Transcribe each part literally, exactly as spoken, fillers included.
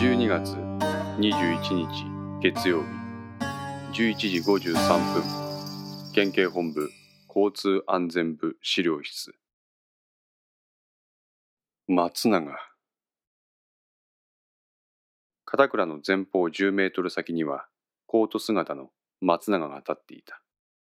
じゅうにがつにじゅういちにち月曜日じゅういちじごじゅうさんぷん、県警本部交通安全部資料室。松永。片倉の前方じゅうメートル先にはコート姿の松永が立っていた。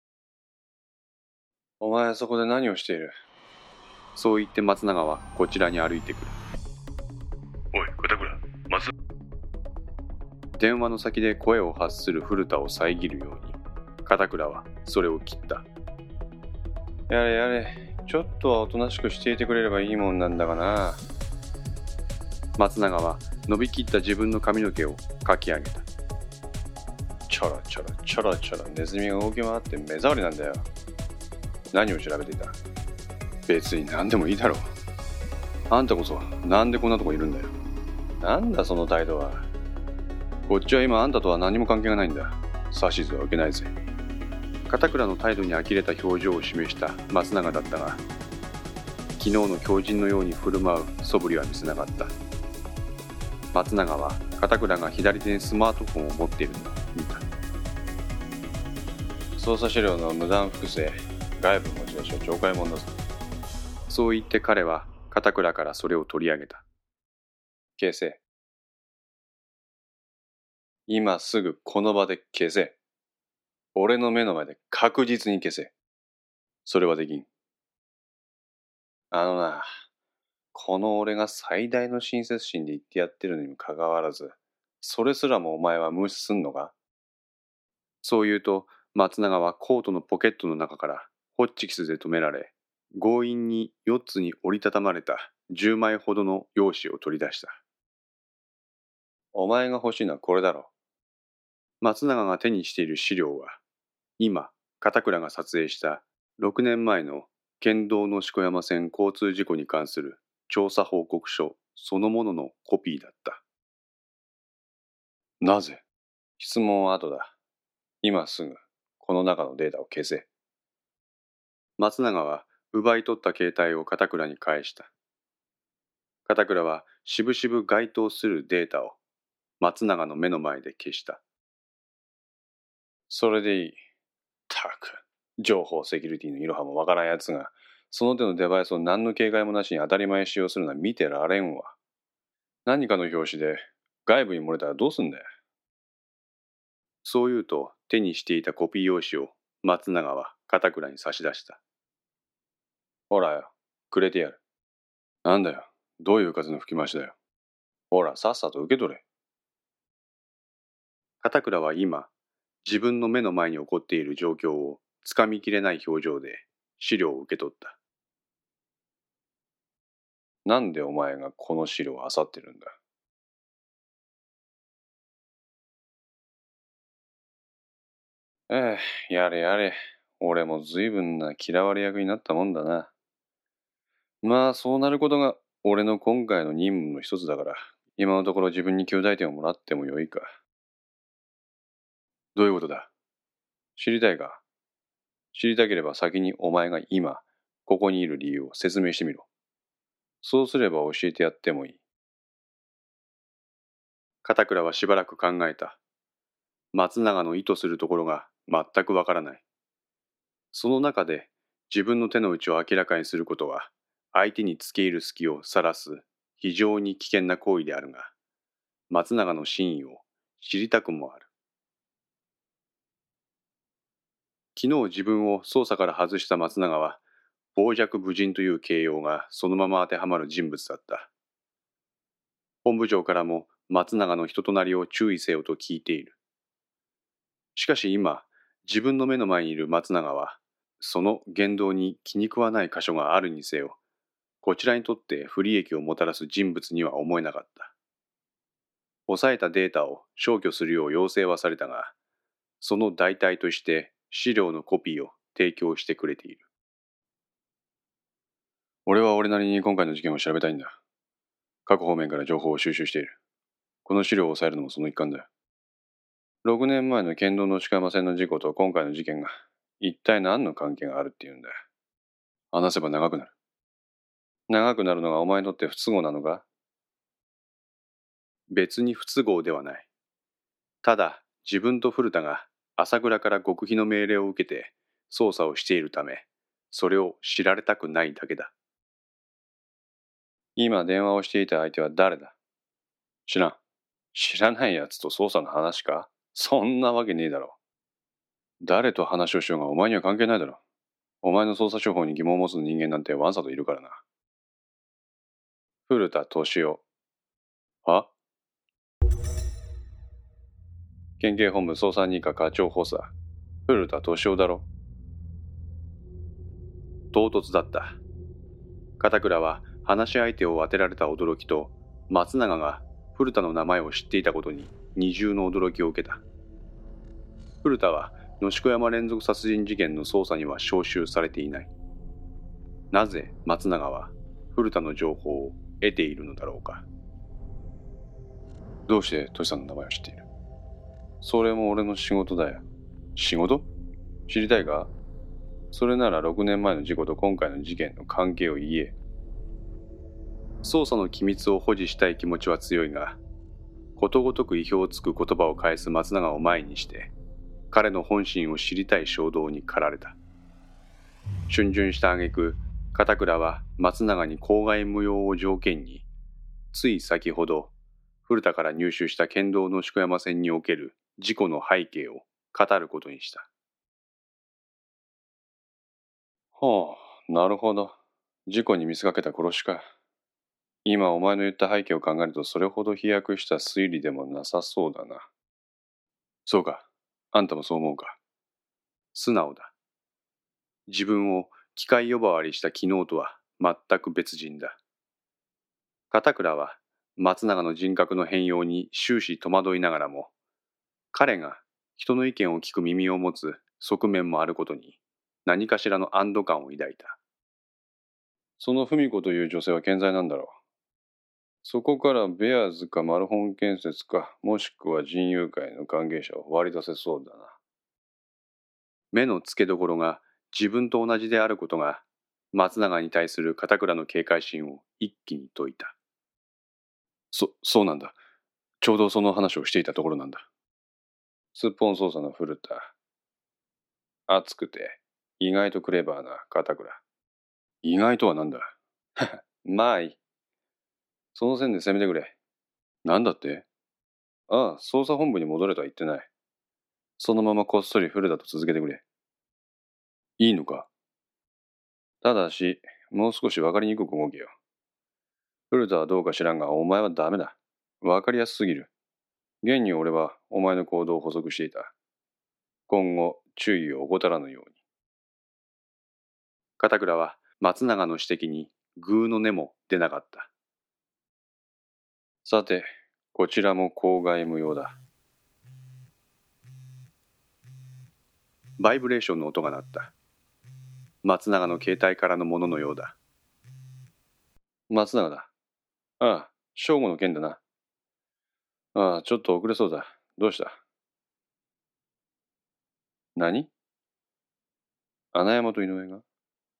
お前そこで何をしている？ そう言って松永はこちらに歩いてくる。 おい、片倉、松電話の先で声を発する古田を遮るように片倉はそれを切った。 やれやれ、ちょっとはおとなしくしていてくれればいいもんなんだがな。 松永は伸びきった自分の髪の毛をかき上げた。 ちょろちょろちょろちょろネズミが動き回って目障りなんだよ。何を調べていた？ 別に何でもいいだろう。あんたこそなんでこんなとこいるんだよ。 なんだその態度は。 こっちは今あんたとは何も関係がないんだ。指図は受けないぜ。片倉の態度に呆れた表情を示した松永だったが、昨日の狂人のように振る舞う素振りは見せなかった。松永は片倉が左手にスマートフォンを持っているのを見た。 捜査資料の無断複製、外部持ち出しは懲戒問だぞ。 そう言って彼は片倉からそれを取り上げた。 消せ。今すぐこの場で消せ。俺の目の前で確実に消せ。 それはできん。 あのな、この俺が最大の親切心で言ってやってるのにもかかわらず、それすらもお前は無視すんのか？ そう言うと松永はコートのポケットの中からホッチキスで留められ、強引によっつに折りたたまれたじゅうまいほどの用紙を取り出した。 お前が欲しいのはこれだろ。 松永が手にしている資料は、今片倉が撮影したろくねんまえの県道の四股山線交通事故に関する調査報告書そのもののコピーだった。 なぜ？質問は後だ。今すぐこの中のデータを消せ。 松永は奪い取った携帯を片倉に返した。片倉はしぶしぶ該当するデータを松永の目の前で消した。 それでいい。たく、情報セキュリティのいろはもわからんやつが、その手のデバイスを何の警戒もなしに当たり前使用するのは見てられんわ。何かの拍子で外部に漏れたらどうすんだよ。 そう言うと手にしていたコピー用紙を松永は片倉に差し出した。 ほらよ、くれてやる。 なんだよ、どういう数の吹き回しだよ。 ほら、さっさと受け取れ。 片倉は今、自分の目の前に起こっている状況をつかみきれない表情で資料を受け取った。 なんでお前がこの資料を漁ってるんだ？ええ、やれやれ。俺も随分な嫌われ役になったもんだな。まあそうなることが俺の今回の任務の一つだから、今のところ自分に兄弟点をもらってもよいか。 どういうことだ？ 知りたいか？知りたければ先にお前が今ここにいる理由を説明してみろ。そうすれば教えてやってもいい。 片倉はしばらく考えた。松永の意図するところが全くわからない。その中で自分の手の内を明らかにすることは相手につけ入る隙を晒す非常に危険な行為であるが、松永の真意を知りたくもある。昨日自分を捜査から外した松永は、傍若無人という形容がそのまま当てはまる人物だった。本部長からも松永の人となりを注意せよと聞いている。しかし今、自分の目の前にいる松永は、その言動に気に食わない箇所があるにせよ、こちらにとって不利益をもたらす人物には思えなかった。抑えたデータを消去するよう要請はされたが、その代替として資料のコピーを提供してくれている。 俺は俺なりに今回の事件を調べたいんだ。各方面から情報を収集している。この資料を抑えるのもその一環だよ。ろくねんまえの県道の鹿山線の事故と今回の事件が一体何の関係があるっていうんだ。話せば長くなる。長くなるのがお前にとって不都合なのか？ 別に不都合ではない。ただ、自分と古田が朝倉から極秘の命令を受けて捜査をしているため、それを知られたくないだけだ。 今電話をしていた相手は誰だ？知らん。知らないやつと捜査の話か？そんなわけねえだろ。誰と話をしようがお前には関係ないだろ。お前の捜査手法に疑問を持つ人間なんてわんさといるからな。古田敏夫。は？県警本部捜査二課課長補佐。古田敏夫だろ。 唐突だった。片倉は話し相手を当てられた驚きと、松永が古田の名前を知っていたことに二重の驚きを受けた。古田は野宿山連続殺人事件の捜査には招集されていない。なぜ松永は古田の情報を得ているのだろうか。 どうしてトシさんの名前を知っている？それも俺の仕事だよ。仕事？知りたいか？それならろくねんまえの事故と今回の事件の関係を言え。 捜査の機密を保持したい気持ちは強いが、ことごとく意表をつく言葉を返す松永を前にして、彼の本心を知りたい衝動に駆られた。逡巡した挙句、片倉は松永に口外無用を条件に、つい先ほど古田から入手した県道野宿山線における事故の背景を語ることにした。 はあ、なるほど。事故に見せかけた殺しか。今お前の言った背景を考えるとそれほど飛躍した推理でもなさそうだな。そうか。あんたもそう思うか。 素直だ。自分を機械呼ばわりした昨日とは全く別人だ。片倉は松永の人格の変容に終始戸惑いながらも、彼が人の意見を聞く耳を持つ側面もあることに何かしらの安堵感を抱いた。 その文子という女性は健在なんだろう。そこからベアーズかマルホン建設か、もしくは人友会の関係者を割り出せそうだな。 目の付けどころが自分と同じであることが、松永に対する片倉の警戒心を一気に解いた。 そ、そうなんだ。ちょうどその話をしていたところなんだ。スッポン捜査の古田。熱くて、意外とクレバーな片倉。意外とはなんだ。まあいい。その線で攻めてくれ。なんだって？ああ、捜査本部に戻れとは言ってない。そのままこっそり古田と続けてくれ。いいのか？ただし、もう少し分かりにくく動けよ。古田はどうか知らんが、お前はダメだ。分かりやすすぎる。現に俺はお前の行動を補足していた。今後、注意を怠らぬように。 片倉は松永の指摘にグーの音も出なかった。 さて、こちらも口外無用だ。 バイブレーションの音が鳴った。松永の携帯からのもののようだ。 松永だ。ああ、正午の件だな。ああ、ちょっと遅れそうだ。どうした？何？穴山と井上が？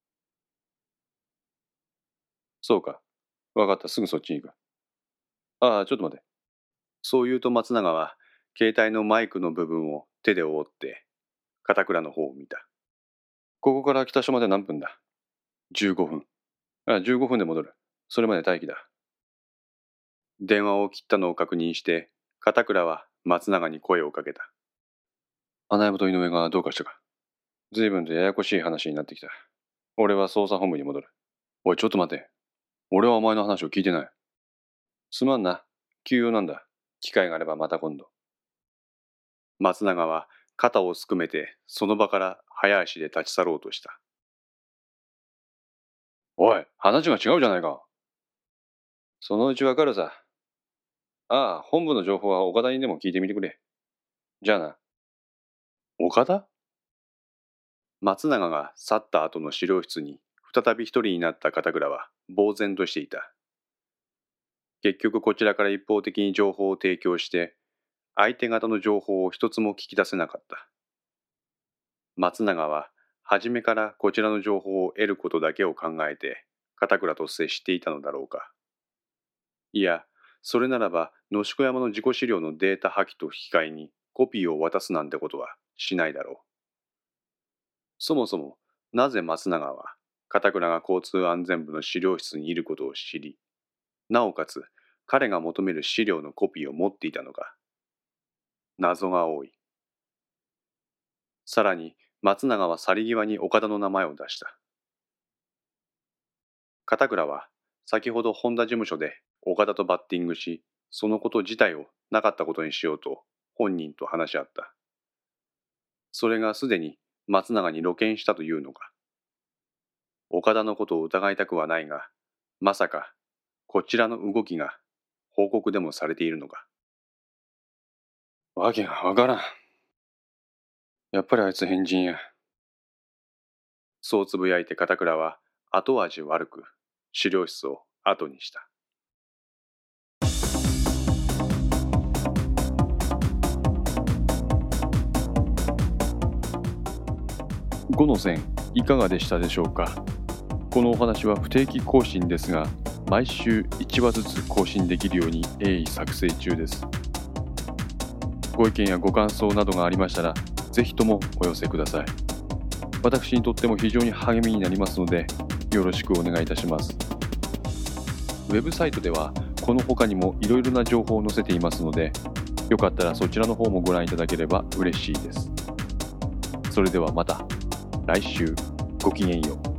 そうか。わかった。すぐそっちに行く。ああ、ちょっと待て。 そう言うと松永は、携帯のマイクの部分を手で覆って、片倉の方を見た。 ここから北署まで何分だ？じゅうごふん。ああ、じゅうごふんで戻る。それまで待機だ。 電話を切ったのを確認して、片倉は松永に声をかけた。 穴山と井上がどうかしたか？随分とややこしい話になってきた。俺は捜査本部に戻る。おい、ちょっと待て。俺はお前の話を聞いてない。すまんな。急用なんだ。機会があればまた今度。 松永は肩をすくめてその場から早足で立ち去ろうとした。 おい、話が違うじゃないか。そのうちわかるさ。ああ、本部の情報は岡田にでも聞いてみてくれ。じゃあな。 岡田？松永が去った後の資料室に再び一人になった片倉は呆然としていた。結局こちらから一方的に情報を提供して、相手方の情報を一つも聞き出せなかった。松永は初めからこちらの情報を得ることだけを考えて片倉と接していたのだろうか。いや、 それならば野宿山の自己資料のデータ破棄と引き換えにコピーを渡すなんてことはしないだろう。そもそもなぜ松永は片倉が交通安全部の資料室にいることを知り、なおかつ彼が求める資料のコピーを持っていたのか。謎が多い。さらに松永は去り際に岡田の名前を出した。片倉は先ほど本田事務所で岡田とバッティングし、そのこと自体をなかったことにしようと本人と話し合った。それがすでに松永に露見したというのか。岡田のことを疑いたくはないが、まさかこちらの動きが報告でもされているのか。 わけがわからん。やっぱりあいつ変人や。 そうつぶやいて片倉は後味悪く資料室を後にした。 ごの線いかがでしたでしょうか。このお話は不定期更新ですが、毎週いちわずつ更新できるように鋭意作成中です。ご意見やご感想などがありましたら、ぜひともお寄せください。私にとっても非常に励みになりますので、よろしくお願いいたします。ウェブサイトではこの他にもいろいろな情報を載せていますので、よかったらそちらの方もご覧いただければ嬉しいです。それではまた来週、ごきげんよう。